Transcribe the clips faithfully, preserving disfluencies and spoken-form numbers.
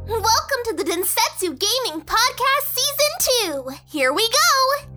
Welcome to the Densetsu Gaming Podcast Season two! Here we go!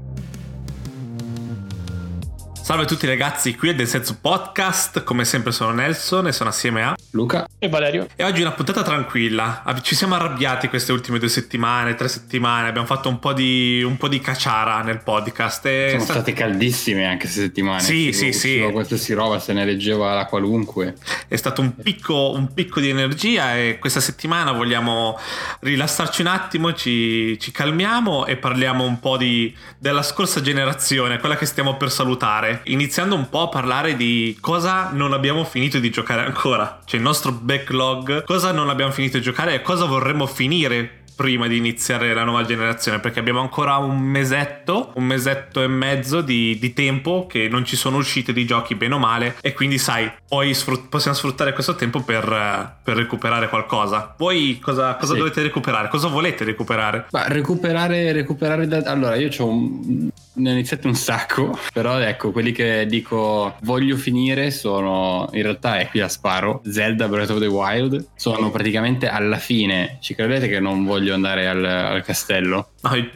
Salve a tutti ragazzi, qui è Densetsu Podcast, come sempre sono Nelson e sono assieme a Luca e Valerio. E oggi è una puntata tranquilla, ci siamo arrabbiati queste ultime due settimane, tre settimane, abbiamo fatto un po' di un po' di cacciara nel podcast e sono sta... state caldissime anche queste settimane. Sì, sì, sì. Qualsiasi roba se ne leggeva la qualunque. È stato un picco, un picco di energia e questa settimana vogliamo rilassarci un attimo, ci, ci calmiamo e parliamo un po' di, della scorsa generazione, quella che stiamo per salutare. Iniziando un po' a parlare di cosa non abbiamo finito di giocare ancora, cioè il nostro backlog, cosa non abbiamo finito di giocare e cosa vorremmo finire prima di iniziare la nuova generazione, perché abbiamo ancora un mesetto, un mesetto e mezzo di, di tempo che non ci sono uscite di giochi bene o male e quindi sai, poi sfrut- possiamo sfruttare questo tempo per, per recuperare qualcosa. Voi cosa, cosa sì. dovete recuperare? Cosa volete recuperare? Ma recuperare, recuperare da... Allora io c'ho un... ne ho iniziato un sacco, però ecco, quelli che dico voglio finire sono, in realtà è qui a sparo, Zelda Breath of the Wild. Sono praticamente alla fine, ci credete che non voglio andare al, al castello?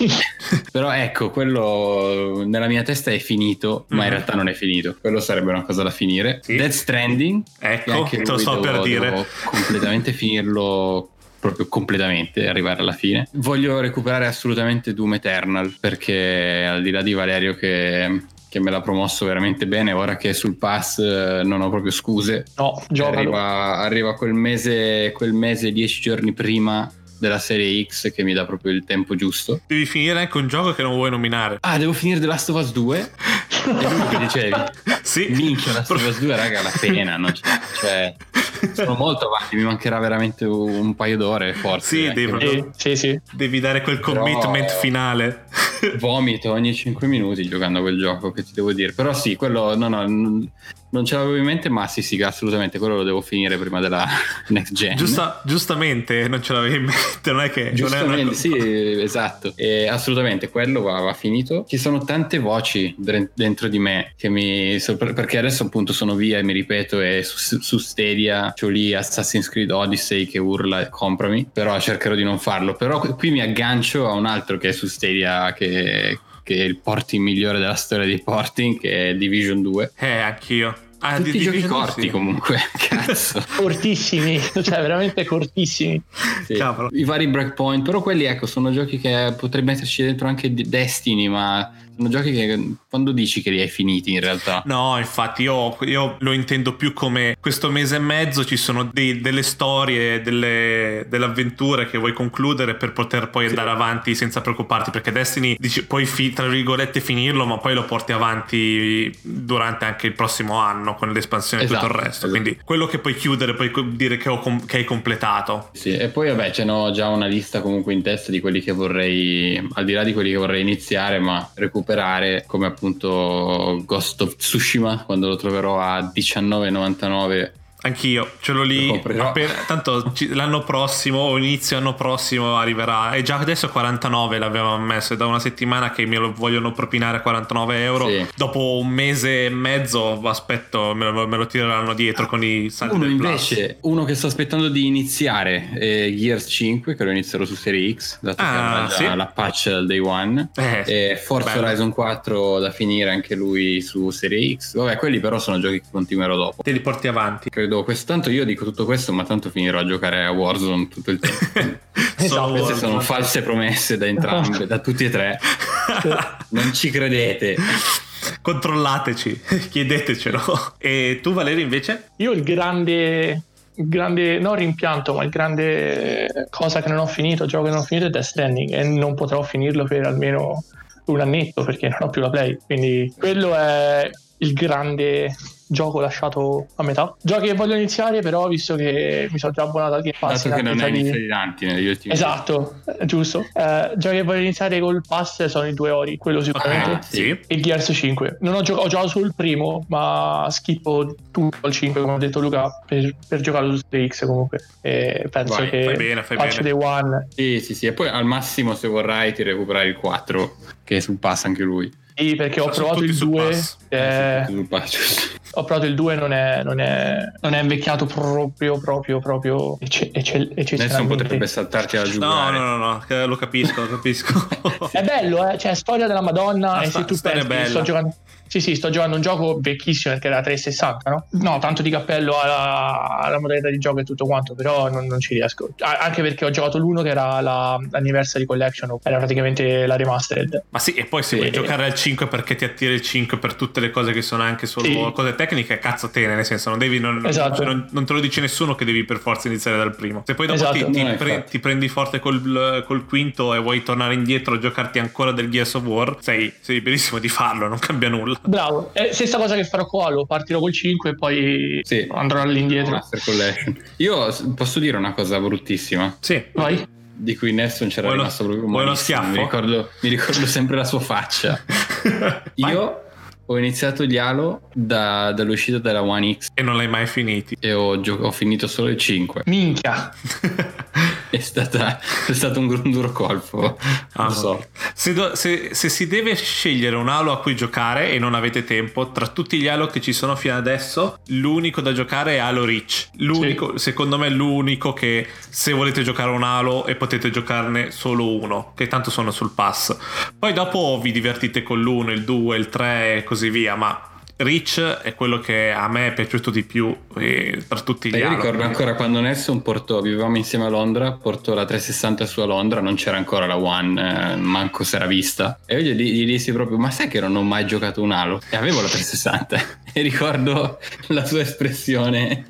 Però ecco, quello nella mia testa è finito, ma in realtà non è finito, quello sarebbe una cosa da finire. Sì. Death Stranding, ecco, te lo sto devo, per dire devo completamente finirlo, proprio completamente, arrivare alla fine. Voglio recuperare assolutamente Doom Eternal, perché al di là di Valerio che che me l'ha promosso veramente bene, ora che sul pass non ho proprio scuse. No, giocalo. Arriva, arriva quel mese, quel mese dieci giorni prima della serie X che mi dà proprio il tempo giusto. Devi finire anche un gioco che non vuoi nominare. Ah, devo finire The Last of Us due? È quello che dicevi? Sì. Minchia, The Last of Us due, raga, la pena, no? Cioè, sono molto avanti, mi mancherà veramente un paio d'ore forse. Sì, devi, proprio, sì, sì. devi dare quel commitment Però finale. Vomito ogni cinque minuti giocando a quel gioco, che ti devo dire. Però sì, quello no no non ce l'avevo in mente, ma sì sì assolutamente quello lo devo finire prima della next gen. Giusta, giustamente non ce l'avevi in mente, non è che giustamente non è una... sì, esatto. E assolutamente quello va, va finito. Ci sono tante voci dentro di me che mi perché adesso appunto sono via e mi ripeto, e su, su Stadia c'ho lì Assassin's Creed Odyssey che urla comprami, però cercherò di non farlo. Però qui mi aggancio a un altro che è su Stadia, che che è il porting migliore della storia dei porting, che è Division due. Eh, anch'io. Ah, tutti di, i giochi Division corti sì. Comunque, cazzo. Cortissimi, cioè veramente cortissimi. Sì. I vari Breakpoint, però quelli ecco sono giochi che potrebbe esserci dentro anche Destiny, ma sono giochi che quando dici che li hai finiti in realtà? No, infatti io, io lo intendo più come questo mese e mezzo ci sono dei, delle storie, delle, delle avventure che vuoi concludere per poter poi sì. andare avanti senza preoccuparti, perché Destiny dici, puoi fi, tra virgolette finirlo, ma poi lo porti avanti durante anche il prossimo anno con l'espansione e esatto, tutto il resto, esatto. Quindi quello che puoi chiudere puoi dire che, ho, che hai completato. Sì, e poi vabbè ce n'ho già una lista comunque in testa di quelli che vorrei, al di là di quelli che vorrei iniziare ma recuperare, come appunto Ghost of Tsushima quando lo troverò a diciannove e novantanove. Anch'io ce l'ho lì appena, tanto l'anno prossimo o inizio anno prossimo arriverà, e già adesso quarantanove l'avevamo messo, è da una settimana che me lo vogliono propinare a quarantanove euro. Sì. Dopo un mese e mezzo aspetto, me lo, me lo tireranno dietro con i saldi uno del invece plus. Uno che sto aspettando di iniziare è Gears cinque, che lo inizierò su Serie X, dato ah, che avrà già sì. la patch al day one. eh, e Forza bello. Horizon quattro da finire anche lui su Serie X. Vabbè, quelli però sono giochi che continuerò dopo, te li porti avanti, credo. Questo, tanto io dico tutto questo, ma tanto finirò a giocare a Warzone tutto il tempo. Esatto, queste sono false promesse da entrambe, da tutti e tre. Non ci credete, controllateci, chiedetecelo. E tu Valerio invece? Io il grande il grande non rimpianto, ma il grande cosa che non ho finito, gioco che non ho finito è Death Stranding, e non potrò finirlo per almeno un annetto perché non ho più la Play, quindi quello è il grande gioco lasciato a metà. Giochi che voglio iniziare, però visto che mi sono già abbonato al Game Pass, dato che non hai iniziati tanti negli ultimi esatto anni. Giusto, eh, giochi che voglio iniziare col pass sono i due ori, quello sicuramente, ah, sì. e Gears cinque. Non ho, gio- ho giocato sul primo, ma schippo tutto al cinque, come ha detto Luca, per, per giocare su X comunque, e penso Vai, che fai bene, fai faccio bene. Day One. Sì sì sì, e poi al massimo se vorrai ti recuperai il quattro, che è sul pass anche lui. Sì, perché ho Sono provato tutti il sul due, pass. eh, Sul pass, ho provato il due, non è, non è, non è invecchiato proprio proprio proprio ecce, ecce, Adesso eccezionalmente. potrebbe saltarti a No, giocare. no, no, no, lo capisco, lo capisco. È bello, eh? Cioè, storia della Madonna. La e sta- se tu storia pensi, bella. sto giocando. Sì, sì, sto giocando un gioco vecchissimo perché era trecentosessanta, no? No, tanto di cappello alla, alla modalità di gioco e tutto quanto, però non, non ci riesco. A- anche perché ho giocato l'uno che era la Anniversary Collection, era praticamente la remastered. Ma sì, e poi se Sì. vuoi giocare al cinque perché ti attira il cinque per tutte le cose che sono anche solo Sì. cose tecniche, cazzo te ne, nel senso non devi non, Esatto. cioè, non, non te lo dice nessuno che devi per forza iniziare dal primo. Se poi dopo Esatto. ti, ti No, pre- infatti. ti prendi forte col, col quinto e vuoi tornare indietro a giocarti ancora del Gears of War, sei, sei liberissimo di farlo, non cambia nulla. Bravo, è stessa cosa che farò qua, lo partirò col cinque e poi Sì. andrò all'indietro. Master Collection. Io s- posso dire una cosa bruttissima Sì. Vai. di cui Nelson c'era Vuoi uno- rimasto proprio vuoi uno malissimo. schiaffo? Mi ricordo, mi ricordo sempre la sua faccia. Vai. Io ho iniziato gli Halo da- dall'uscita della One X E non l'hai mai finiti. e ho, gio- ho finito solo il cinque. Minchia. È, stata, è stato un, un duro colpo. Ah, lo so. Se, do- se- se si deve scegliere un Halo a cui giocare e non avete tempo, tra tutti gli Halo che ci sono fino adesso, l'unico da giocare è Halo Reach. L'unico, secondo me, è l'unico che se volete giocare un Halo e potete giocarne solo uno, che tanto sono sul pass. Poi dopo vi divertite con l'uno, il due, il tre e così via, ma Reach è quello che a me è piaciuto di più eh, tra tutti gli Io Halo. ricordo ancora quando Nelson portò, vivevamo insieme a Londra, portò la trecentosessanta su a Londra, non c'era ancora la One, eh, manco si era vista. E io gli, gli dissi proprio, ma sai che non ho mai giocato un Halo? E avevo la trecentosessanta. E ricordo la sua espressione.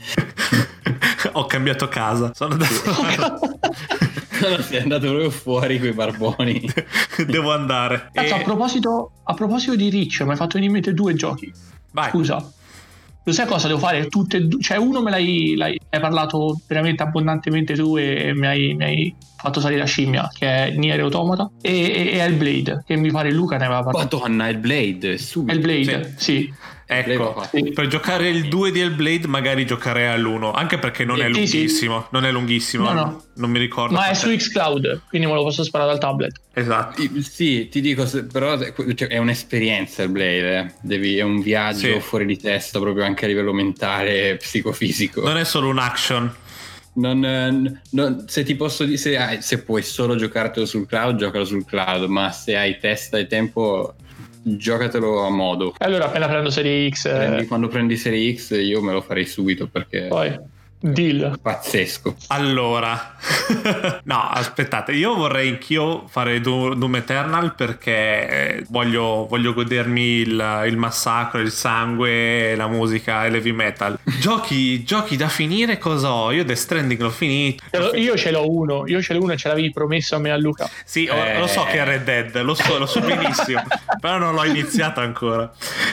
Ho cambiato casa. Sono andato... No, sei andato proprio fuori coi barboni. Devo andare. Cazzo, E- a proposito, a proposito di Reach, mi hai fatto venire in mente due giochi. Vai. Scusa, lo sai cosa devo fare? Tutte e due, cioè uno me l'hai, l'hai hai parlato veramente abbondantemente tu e mi hai, mi hai fatto salire la scimmia, che è Nier Automata e, e, e Hellblade, che mi pare Luca ne aveva parlato. Madonna, il Blade, subito. Hellblade, sì. Ecco, Sì. per giocare il due di Hellblade magari giocherei all'uno, anche perché non è Sì, sì. lunghissimo, non è lunghissimo, No, no. non mi ricordo. Ma è quant'è. su xCloud, quindi me lo posso sparare dal tablet. Esatto. Sì, ti dico, se- però cioè, è un'esperienza il Blade, eh. Devi, è un viaggio Sì. fuori di testa proprio anche a livello mentale, psicofisico. Non è solo un action. Non, eh, non- se ti posso dire, se, hai- se puoi solo giocartelo sul cloud, giocalo sul cloud, ma se hai testa e tempo, giocatelo a modo. E allora appena prendo Serie X, Prendi- eh, quando prendi Serie X io me lo farei subito perché poi deal. è pazzesco. Allora, no, aspettate, io vorrei anch'io fare Do- Doom Eternal perché eh, voglio, voglio godermi il, il massacro, il sangue, la musica e l'heavy metal. Giochi, giochi da finire cosa ho? Io Death Stranding l'ho finito. Te lo- Io ce l'ho uno, io ce l'ho uno e ce l'avevi promesso a me e a Luca. Sì, ho- Eh. lo so che è Red Dead, lo so, lo so benissimo, però non l'ho iniziato ancora.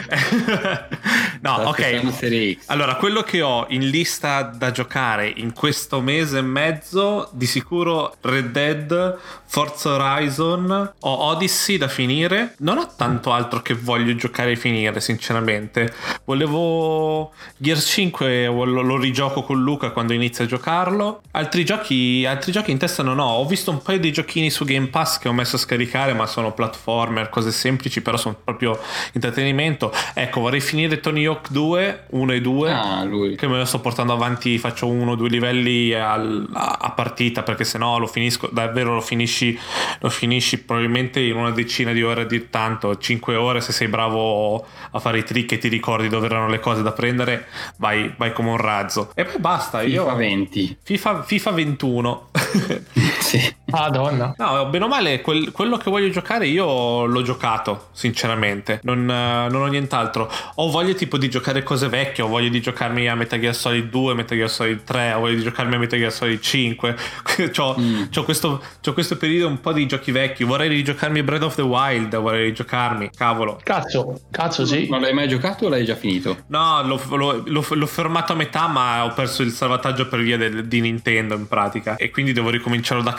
No, Sto aspettando ok. Serie X. Allora, quello che ho in lista da giocare in questo mese e mezzo, di sicuro Red Dead, Forza Horizon, ho Odyssey da finire. Non ho tanto altro che voglio giocare e finire, sinceramente. Volevo Gears cinque, lo, lo rigioco con Luca quando inizia a giocarlo. Altri giochi, altri giochi in testa non ho. Ho visto un paio di giochini su Game Pass che ho messo a scaricare, ma sono platformer, cose semplici, però sono proprio intrattenimento. Ecco, vorrei finire Tony Hawk due, uno e due. Ah, lui. Che me lo sto portando avanti, faccio uno o due livelli al- a, a partita, perché sennò lo finisco davvero, lo finisci lo finisci probabilmente in una decina di ore, a dir tanto, cinque ore. Se sei bravo a fare i trick e ti ricordi dove erano le cose da prendere, vai, vai come un razzo. E poi basta. Io FIFA venti. FIFA, FIFA ventuno. Sì. Madonna. No, bene o male, quel- quello che voglio giocare io l'ho giocato, sinceramente. Non, eh, non ho nient'altro. Ho voglia tipo di giocare cose vecchie, ho voglia di giocarmi a Metal Gear Solid due, Metal Gear Solid tre, ho voglia di giocarmi a Metal Gear Solid cinque. c'ho, Mm. c'ho questo, c'ho questo periodo un po' di giochi vecchi. Vorrei rigiocarmi Breath of the Wild, vorrei rigiocarmi, cavolo. Cazzo, cazzo sì. Non l'hai mai giocato o l'hai già finito? No, l'ho, l'ho- l'ho- l'ho fermato a metà, ma ho perso il salvataggio per via del- di Nintendo in pratica. E quindi devo ricominciarlo da capo. Solo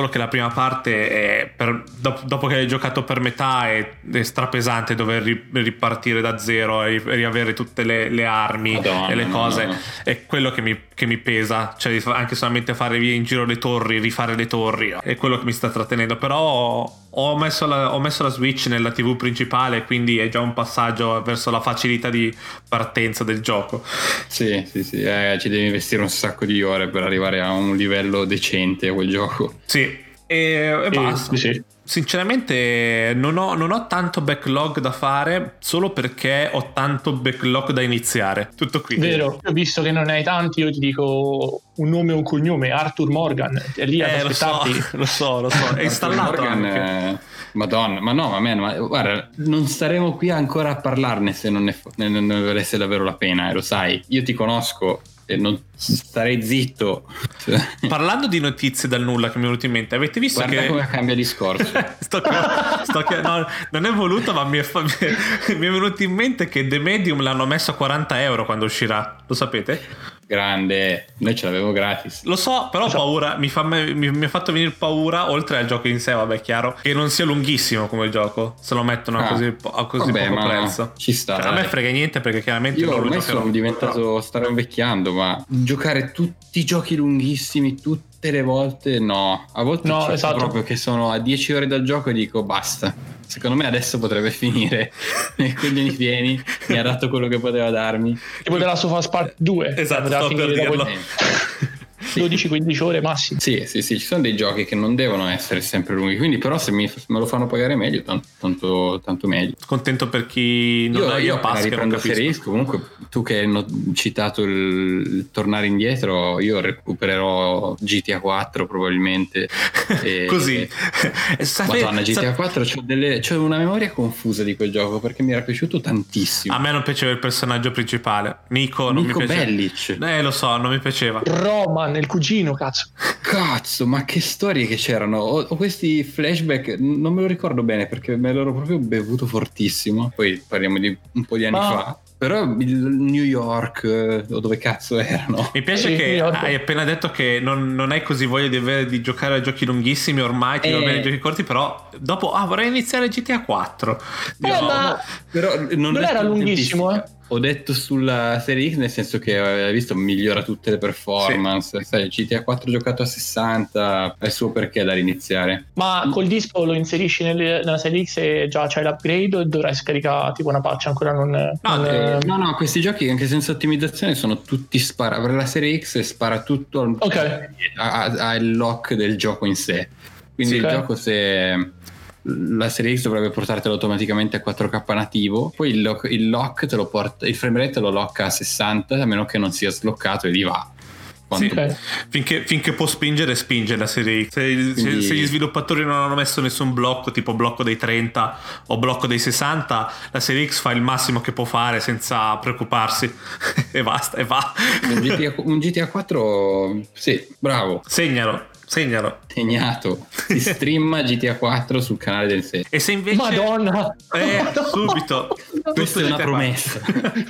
solo che la prima parte è per, dopo, dopo che hai giocato per metà è, è strapesante dover ri, ripartire da zero e riavere tutte le, le armi Madonna, e le cose no, no. È quello che mi, che mi pesa, cioè anche solamente fare via in giro le torri, rifare le torri, è quello che mi sta trattenendo. Però ho messo la, ho messo la Switch nella tivù principale, quindi è già un passaggio verso la facilità di partenza del gioco. Sì, sì, sì, eh, ci devi investire un sacco di ore per arrivare a un livello decente a quel gioco. Sì, e, e basta. Eh, sì. Sinceramente non ho, non ho tanto backlog da fare, solo perché ho tanto backlog da iniziare. Tutto qui. Vero, visto che non ne hai tanti, io ti dico un nome o un cognome, Arthur Morgan, è lì ad eh, aspettarti. Lo so, lo so, lo so. È installato Morgan, anche. Eh, Madonna, ma no, ma, man, ma guarda, non staremo qui ancora a parlarne se non ne, ne, ne, ne valesse davvero la pena, eh, lo sai. Io ti conosco e non starei zitto. Parlando di notizie dal nulla che mi è venuto in mente, avete visto Guarda che come cambia discorso. sto, sto, no, non è voluto, ma mi è, mi è venuto in mente che The Medium l'hanno messo a quaranta euro quando uscirà, lo sapete? Grande, noi ce l'avevo gratis. Lo so, però ho paura, mi, fa, mi, mi ha fatto venire paura, oltre al gioco in sé, vabbè, chiaro, che non sia lunghissimo come gioco, se lo mettono a così, a così vabbè, poco ma prezzo. Ci sta. Cioè, a me frega niente, perché chiaramente io non ormai lo giocherò. sono diventato, starò invecchiando, ma giocare tutti i giochi lunghissimi tutte le volte no. A volte no, c'è esatto. proprio che sono a dieci ore dal gioco e dico basta. Secondo me adesso potrebbe finire. E quindi pieni mi ha dato quello che poteva darmi. Tipo della Last of Us Part due. Esatto, sto per dirlo. dodici quindici ore massimo. Sì, sì, sì, ci sono dei giochi che non devono essere sempre lunghi, quindi però se mi, me lo fanno pagare meglio, tanto, tanto, tanto meglio. Contento per chi non io, ha io pass, riprendo Serie X. Comunque tu che hai citato il, il tornare indietro, io recupererò G T A quattro probabilmente. E, così e, Madonna, G T A quattro c'ho, delle, c'ho una memoria confusa di quel gioco perché mi era piaciuto tantissimo. A me non piaceva il personaggio principale, Nico, non Nico mi piaceva. Bellic. Eh, lo so, non mi piaceva. Roman, il cugino, cazzo. Cazzo, ma che storie che c'erano. Ho, ho questi flashback, non me lo ricordo bene perché me l'ero proprio bevuto fortissimo. Poi parliamo di un po' di anni ma... fa. Però il New York, o dove cazzo erano? Mi piace sì, che hai appena detto che non, non hai così voglia di, avere, di giocare a giochi lunghissimi ormai, ti eh. va bene i giochi corti, però dopo, ah, vorrei iniziare G T A quattro. Eh, no, ma però non, non era lunghissimo, eh. Ho detto sulla Serie X nel senso che hai visto migliora tutte le performance, sì. Sai, G T A quattro giocato a sessanta è il suo perché da riniziare. Ma col disco lo inserisci nel, nella Serie X e già c'hai l'upgrade o dovrai scaricare tipo una patch ancora non, no, non eh, no no questi giochi anche senza ottimizzazione sono tutti spara per la Serie X spara tutto al, okay. al lock del gioco in sé, quindi okay. Il gioco se la Serie X dovrebbe portartelo automaticamente a quattro K nativo, poi il lock, il lock te lo porta, il frame rate lo locca a sessanta a meno che non sia sloccato e lì va. Sì, okay. finché, finché può spingere spinge la Serie X. Se, Quindi... se, se gli sviluppatori non hanno messo nessun blocco tipo blocco dei trenta o blocco dei sessanta, la Serie X fa il massimo che può fare senza preoccuparsi e basta e va. Un G T A, un G T A quattro, sì, bravo, segnalo Segnalo. Segnato. Si streama G T A quattro sul canale del sei. E se invece Madonna eh, subito questa è una promessa.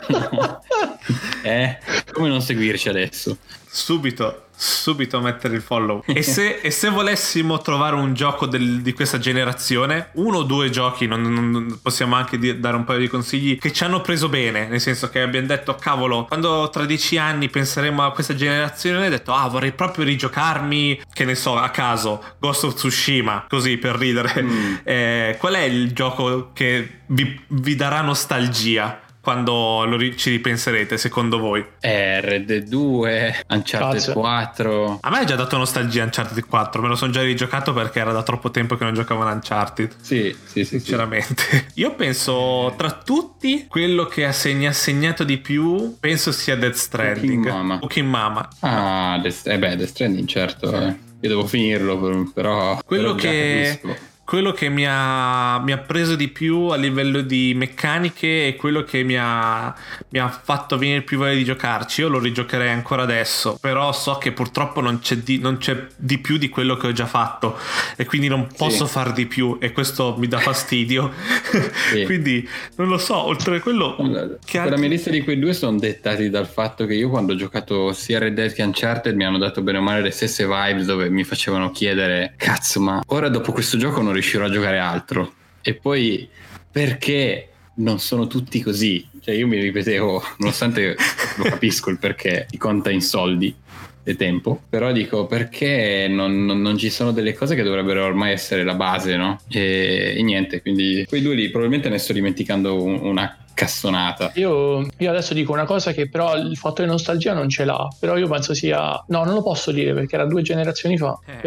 eh, come non seguirci adesso? Subito Subito mettere il follow. E se, e se volessimo trovare un gioco del, di questa generazione, uno o due giochi, non, non possiamo anche di, dare un paio di consigli che ci hanno preso bene, nel senso che abbiamo detto cavolo, quando tra dieci anni penseremo a questa generazione, ho detto ah vorrei proprio rigiocarmi, che ne so, a caso Ghost of Tsushima, così per ridere. mm. eh, qual è il gioco che vi, vi darà nostalgia quando lo ri- ci ripenserete, secondo voi? Eh, Red Dead due, Uncharted Cazzo. quattro. A me ha già dato nostalgia Uncharted quattro, me lo sono già rigiocato perché era da troppo tempo che non giocavo a Uncharted. Sì, sì, sì. Sinceramente. Sì. Io penso, tra tutti, quello che ha segna- segnato di più, penso sia Death Stranding. Cooking Mama. Cooking Mama. Ah, Death, eh beh, Death Stranding, certo. Eh. Io devo finirlo, però... Quello però che... quello che mi ha, mi ha preso di più a livello di meccaniche e quello che mi ha, mi ha fatto venire più voglia di giocarci. Io lo rigiocherei ancora adesso, però so che purtroppo non c'è di, non c'è di più di quello che ho già fatto e quindi non posso sì. far di più e questo mi dà fastidio. Sì. Quindi non lo so, oltre a quello che la altri... mia lista di quei due sono dettati dal fatto che io quando ho giocato sia Red Dead che Uncharted mi hanno dato bene o male le stesse vibes, dove mi facevano chiedere cazzo, ma ora dopo questo gioco non riuscirò a giocare altro. E poi perché non sono tutti così? Cioè io mi ripetevo, nonostante lo capisco il perché, ti conta in soldi e tempo, però dico perché non, non, non ci sono delle cose che dovrebbero ormai essere la base, no? E, e niente, quindi quei due lì probabilmente ne sto dimenticando un, una cassonata. Io, io adesso dico una cosa che però il fatto di nostalgia non ce l'ha, però io penso sia, no, non lo posso dire perché era due generazioni fa, eh.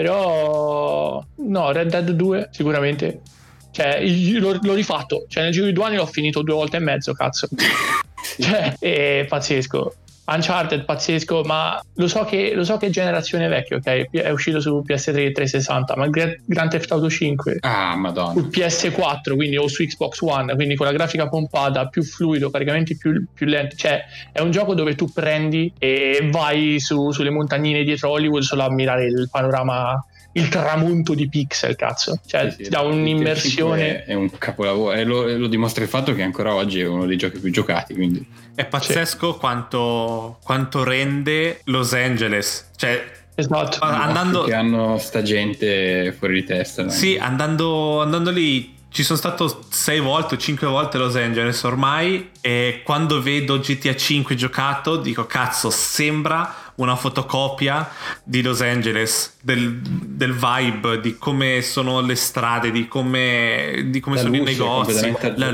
però no, Red Dead due sicuramente, cioè l'ho, l'ho rifatto, cioè nel giro di due anni l'ho finito due volte e mezzo, cazzo. Cioè è pazzesco. Uncharted pazzesco, ma lo so che lo so che è generazione vecchia, ok? È uscito su P S tre e trecentosessanta, ma Grand Theft Auto cinque ah madonna su P S quattro, quindi o su Xbox One, quindi con la grafica pompata, più fluido, caricamenti più, più lenti, cioè è un gioco dove tu prendi e vai su, sulle montagnine dietro Hollywood solo a ammirare il panorama, il tramonto di pixel, cazzo, cioè sì, sì, da un'immersione, è un capolavoro e lo, lo dimostra il fatto che ancora oggi è uno dei giochi più giocati, quindi è pazzesco sì. quanto, quanto rende Los Angeles, cioè esatto, andando che hanno sta gente fuori di testa, no? Sì, andando, andando lì ci sono stato sei volte o cinque volte a Los Angeles ormai, e quando vedo G T A cinque giocato dico cazzo, sembra una fotocopia di Los Angeles, del, del vibe, di come sono le strade, di come, di come sono i negozi, la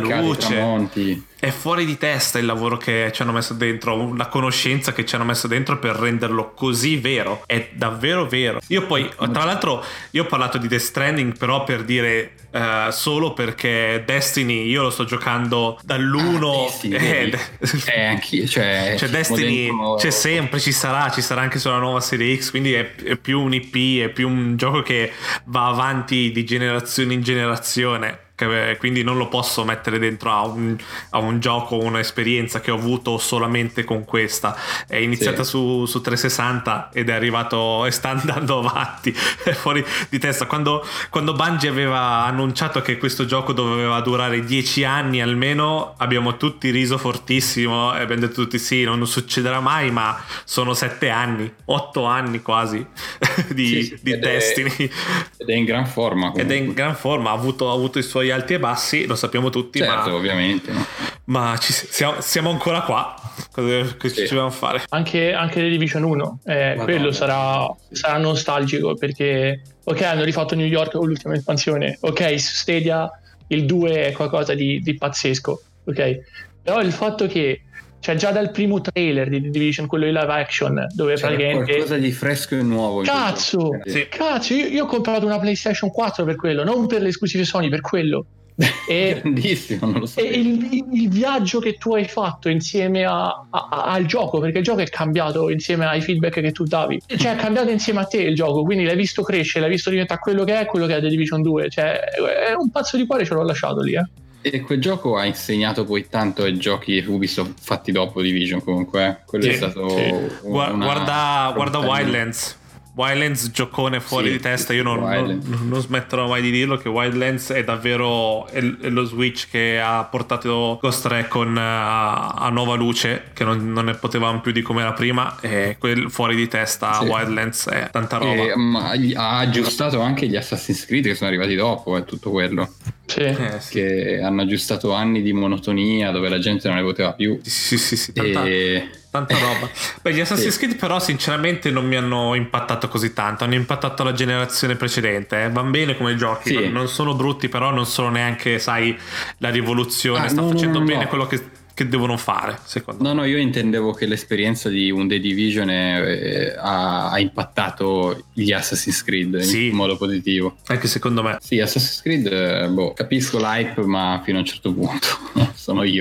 luce. È fuori di testa il lavoro che ci hanno messo dentro, la conoscenza che ci hanno messo dentro per renderlo così vero. È davvero vero. Io poi, tra l'altro, io ho parlato di Death Stranding però per dire uh, solo perché Destiny io lo sto giocando dall'uno. Ah, Destiny, eh, eh, anch'io, cioè, cioè Destiny dentro... c'è sempre, ci sarà, ci sarà anche sulla nuova serie X, quindi è, è più un I P, è più un gioco che va avanti di generazione in generazione. Quindi non lo posso mettere dentro a un, a un gioco, un'esperienza che ho avuto solamente con questa. È iniziata sì. su, su trecentosessanta ed è arrivato e sta andando avanti, è fuori di testa. Quando, quando Bungie aveva annunciato che questo gioco doveva durare dieci anni almeno, abbiamo tutti riso fortissimo e abbiamo detto tutti sì, non succederà mai, ma sono sette anni, otto anni quasi di, sì, sì, di ed Destiny è, ed è in gran forma comunque. Ed è in gran forma, ha avuto, ha avuto i suoi alti e bassi, lo sappiamo tutti, certo, ma ovviamente no? ma ci siamo, siamo ancora qua. Cosa che sì. ci dobbiamo fare? Anche, anche The Division uno, eh, quello sarà, sarà nostalgico perché ok, hanno rifatto New York con l'ultima espansione, ok, su Stadia il due è qualcosa di, di pazzesco, ok, però il fatto che cioè già dal primo trailer di The Division, quello di live action, dove c'era praticamente qualcosa di fresco e nuovo. Cazzo, sì. cazzo io, io ho comprato una PlayStation quattro per quello, non per le esclusive Sony, per quello. E, grandissimo, non lo so. E il, il viaggio che tu hai fatto insieme a, a, a, al gioco, perché il gioco è cambiato insieme ai feedback che tu davi, cioè è cambiato insieme a te il gioco, quindi l'hai visto crescere, l'hai visto diventare quello che è, quello che è The Division due, cioè è un pazzo di cuore, ce l'ho lasciato lì, eh. E quel gioco ha insegnato poi tanto ai giochi Ubisoft fatti dopo Division, comunque eh. quello sì, è stato sì. una, guarda, guarda Wildlands Wildlands, giocone fuori sì, di testa. Io non, non, non smetterò mai di dirlo che Wildlands è davvero è, è lo switch che ha portato Ghost Recon a, a nuova luce, che non, non ne potevamo più di come era prima, e quel fuori di testa sì. Wildlands è tanta roba. E, ma ha aggiustato anche gli Assassin's Creed che sono arrivati dopo, è tutto quello sì. Eh, sì. Che hanno aggiustato anni di monotonia dove la gente non ne poteva più. Sì sì sì, tanta, e... tanta roba. Beh, gli Assassin's sì. Creed però sinceramente non mi hanno impattato così tanto, hanno impattato la generazione precedente, eh. Van bene come giochi, sì. non, non sono brutti, però non sono neanche, sai, la rivoluzione, ah, sta no, facendo no, no, bene no. quello che che devono fare, secondo no me. No, io intendevo che l'esperienza di un The Division eh, ha, ha impattato gli Assassin's Creed sì. in modo positivo. Anche secondo me. Sì, Assassin's Creed, eh, boh, capisco l'hype, ma fino a un certo punto sono io, eh.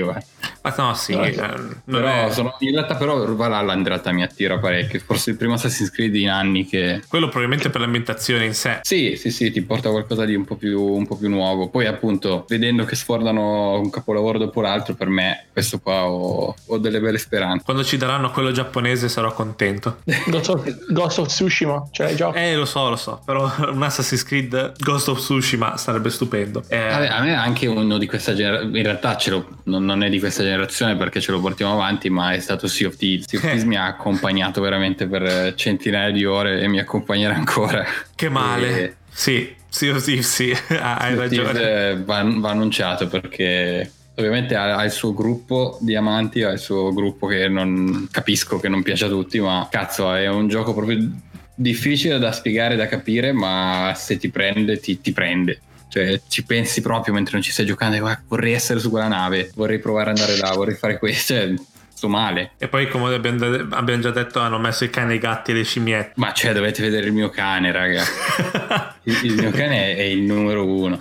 Ma no, sì, No, eh, sì. non Però è- sono, in realtà però Valhalla in realtà mi attira parecchio, forse il primo Assassin's Creed in anni che... quello probabilmente per l'ambientazione in sé. Sì, sì, sì, ti porta qualcosa di un po' più, un po' più nuovo. Poi appunto, vedendo che sfordano un capolavoro dopo l'altro, per me questo qua ho, ho delle belle speranze. Quando ci daranno quello giapponese sarò contento. Ghost of, Ghost of Tsushima, cioè il gioco. Eh, lo so, lo so, però un Assassin's Creed Ghost of Tsushima sarebbe stupendo. Eh, Vabbè, a me anche uno di questa generazione, in realtà ce lo, non, non è di questa generazione perché ce lo portiamo avanti, ma è stato Sea of Thieves. Sea of Thieves mi ha accompagnato veramente per centinaia di ore e mi accompagnerà ancora. che male. E- Sì, sì, sì, sì, hai Sea of Thieves, ragione. eh, va, va annunciato perché ovviamente ha, ha il suo gruppo di amanti, ha il suo gruppo che non capisco che non piace a tutti, ma cazzo, è un gioco proprio difficile da spiegare, da capire, ma se ti prende ti, ti prende. Cioè ci pensi proprio mentre non ci stai giocando, "Guarda, vorrei essere su quella nave, vorrei provare ad andare là, vorrei fare questo", cioè sto male. E poi, come abbiamo, abbiamo già detto, hanno messo i cani, i gatti e le scimmiette. Ma cioè dovete vedere il mio cane, raga. Il, il mio cane è, è il numero uno.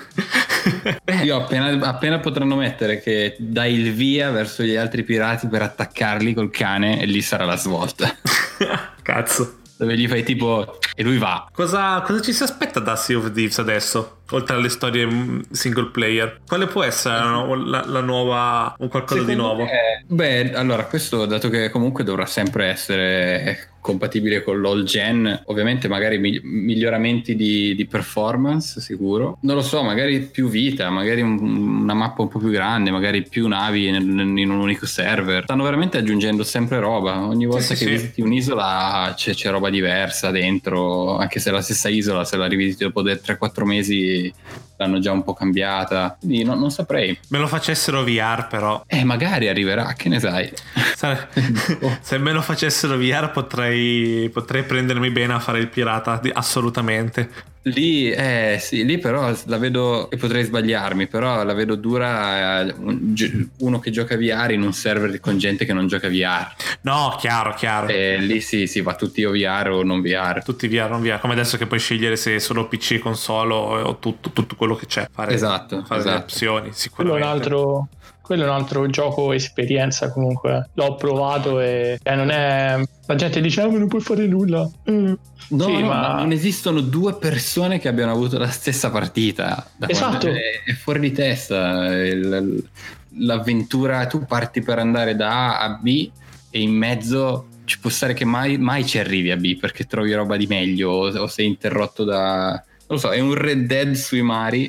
Io appena, appena potranno mettere che dai il via verso gli altri pirati per attaccarli col cane, e lì sarà la svolta. Cazzo. Dove gli fai tipo e lui va. Cosa, cosa ci si aspetta da Sea of Thieves adesso? Oltre alle storie mm, single player, quale può essere la, nu- la- la nuova, un qualcosa di Secondo nuovo? me- beh, allora questo, dato che comunque dovrà sempre essere compatibile con l'all gen, ovviamente magari mi- miglioramenti di, di performance sicuro, non lo so, magari più vita, magari un- una mappa un po' più grande, magari più navi nel- in un unico server. Stanno veramente aggiungendo sempre roba, ogni volta sì, che sì. visiti un'isola c'è, c'è roba diversa dentro, anche se è la stessa isola, se la rivisiti dopo tre quattro mesi l'hanno già un po' cambiata, quindi no- non saprei. Me lo facessero V R, però. Eh, magari arriverà, che ne sai? Sare- Oh. Se me lo facessero V R potrei, potrei prendermi bene a fare il pirata, di- assolutamente. Lì, eh, sì, lì però la vedo, e potrei sbagliarmi, però la vedo dura eh, un- gi- uno che gioca V R in un server con gente che non gioca V R. No, chiaro, chiaro. E lì sì, sì, va tutti o V R o non V R. Tutti V R, non V R, come adesso che puoi scegliere se solo P C, console o, o tutto, tutto quello che c'è. Fare, Esatto, fare le esatto. opzioni, Quello è sicuramente. un altro. Quello è un altro gioco esperienza comunque. L'ho provato e eh, non è. La gente dice ah, ma non puoi fare nulla. Mm. No, Sì, no, ma- ma non esistono due persone che abbiano avuto la stessa partita. Da Esatto. quando- È, è fuori di testa. Il- l'avventura, tu parti per andare da A a B e in mezzo ci può stare che mai, mai ci arrivi a B perché trovi roba di meglio o, o sei interrotto da... Non lo so, è un Red Dead sui mari.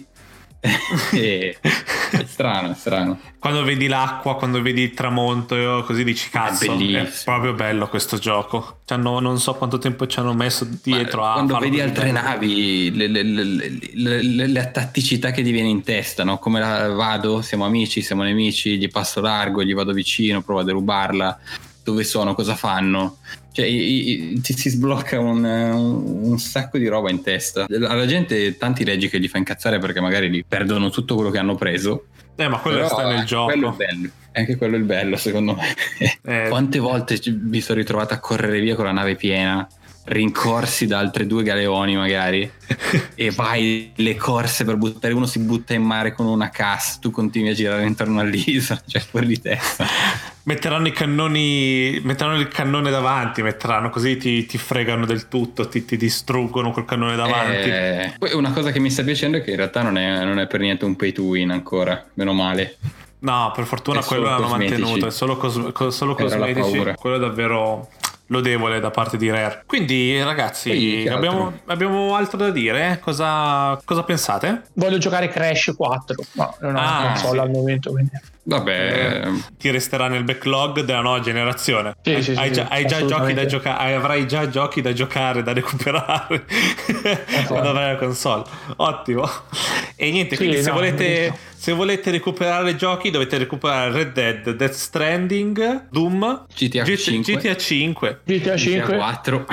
E- è strano, è strano. Quando vedi l'acqua, quando vedi il tramonto, così dici cazzo, è, bellissimo. proprio bello questo gioco. C'hanno, non so quanto tempo ci hanno messo dietro Ma a quando farlo vedi così altre bello. navi, le, le, le, le, le- le tatticità che ti viene in testa, no? Come la vado, siamo amici, siamo nemici, gli passo largo, gli vado vicino, provo a derubarla, dove sono, cosa fanno, cioè i- i- ti si sblocca un, un, un sacco di roba in testa. Alla gente tanti leggi che gli fa incazzare perché magari li perdono tutto quello che hanno preso. Eh, ma quello Però sta nel anche gioco. quello è bello, anche quello è il bello secondo me. Eh. Quante volte ci- mi sono ritrovato a correre via con la nave piena, rincorsi da altre due galeoni magari, e vai le corse per buttare, uno si butta in mare con una cassa, tu continui a girare intorno all'isola, cioè fuori di testa. Metteranno i cannoni, metteranno il cannone davanti, metteranno così ti, ti fregano del tutto, ti, ti distruggono col cannone davanti. Eh, poi una cosa che mi sta piacendo è che in realtà non è, non è per niente un pay to win ancora, meno male. No, per fortuna È quello solo l'hanno cosmetici. mantenuto, è solo, cos- co- solo Era la cosmetici. paura. Quello è davvero lodevole da parte di Rare. Quindi ragazzi, Poi, che abbiamo, altro? abbiamo altro da dire? Cosa, cosa pensate? Voglio giocare Crash quattro, ma non ho Ah, una console sì. al momento, quindi. Vabbè, Eh, ti resterà nel backlog della nuova generazione. Sì, hai, sì, sì, hai già, sì, hai già giochi da assolutamente. giocare, avrai già giochi da giocare, da recuperare quando avrai la console. Ottimo. E niente, Sì, quindi se no, volete no. se volete recuperare giochi dovete recuperare Red Dead, Death Stranding, Doom, G T A G- cinque. G T A cinque. G T A cinque. quattro.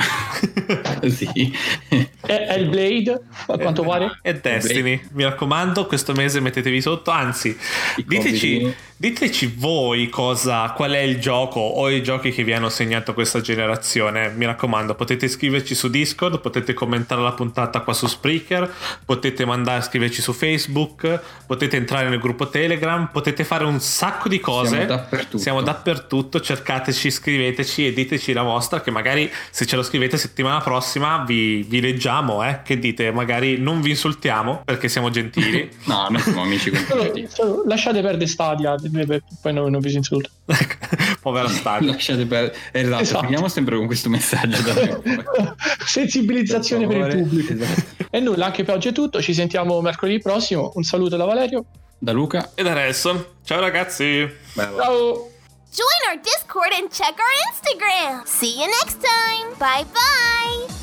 Sì. È, è il Blade, a quanto pare. E Destiny, mi raccomando, questo mese mettetevi sotto, anzi diteci, diteci voi cosa, qual è il gioco o i giochi che vi hanno segnato questa generazione. Mi raccomando, potete scriverci su Discord, potete commentare la puntata qua su Spreaker, potete mandare scriverci su Facebook, potete entrare nel gruppo Telegram, potete fare un sacco di cose. Siamo dappertutto, Siamo dappertutto, cercateci, scriveteci e diteci la vostra, che magari se ce lo scrivete settimana prossima vi, vi leggiamo, eh? Che dite? Magari non vi insultiamo perché siamo gentili. No, noi siamo amici con tutti. Lasciate perdere Stadia, poi non, non vi si insulta. Povera Stadia. Lasciate perdere. Esatto, Esatto. finiamo sempre con questo messaggio da sensibilizzazione per, per il pubblico. Esatto. E nulla, anche per oggi è tutto, ci sentiamo mercoledì prossimo. Un saluto da Valerio, da Luca e da Nelson. Ciao ragazzi. Bello. ciao. Join our Discord and check our Instagram. See you next time. Bye bye.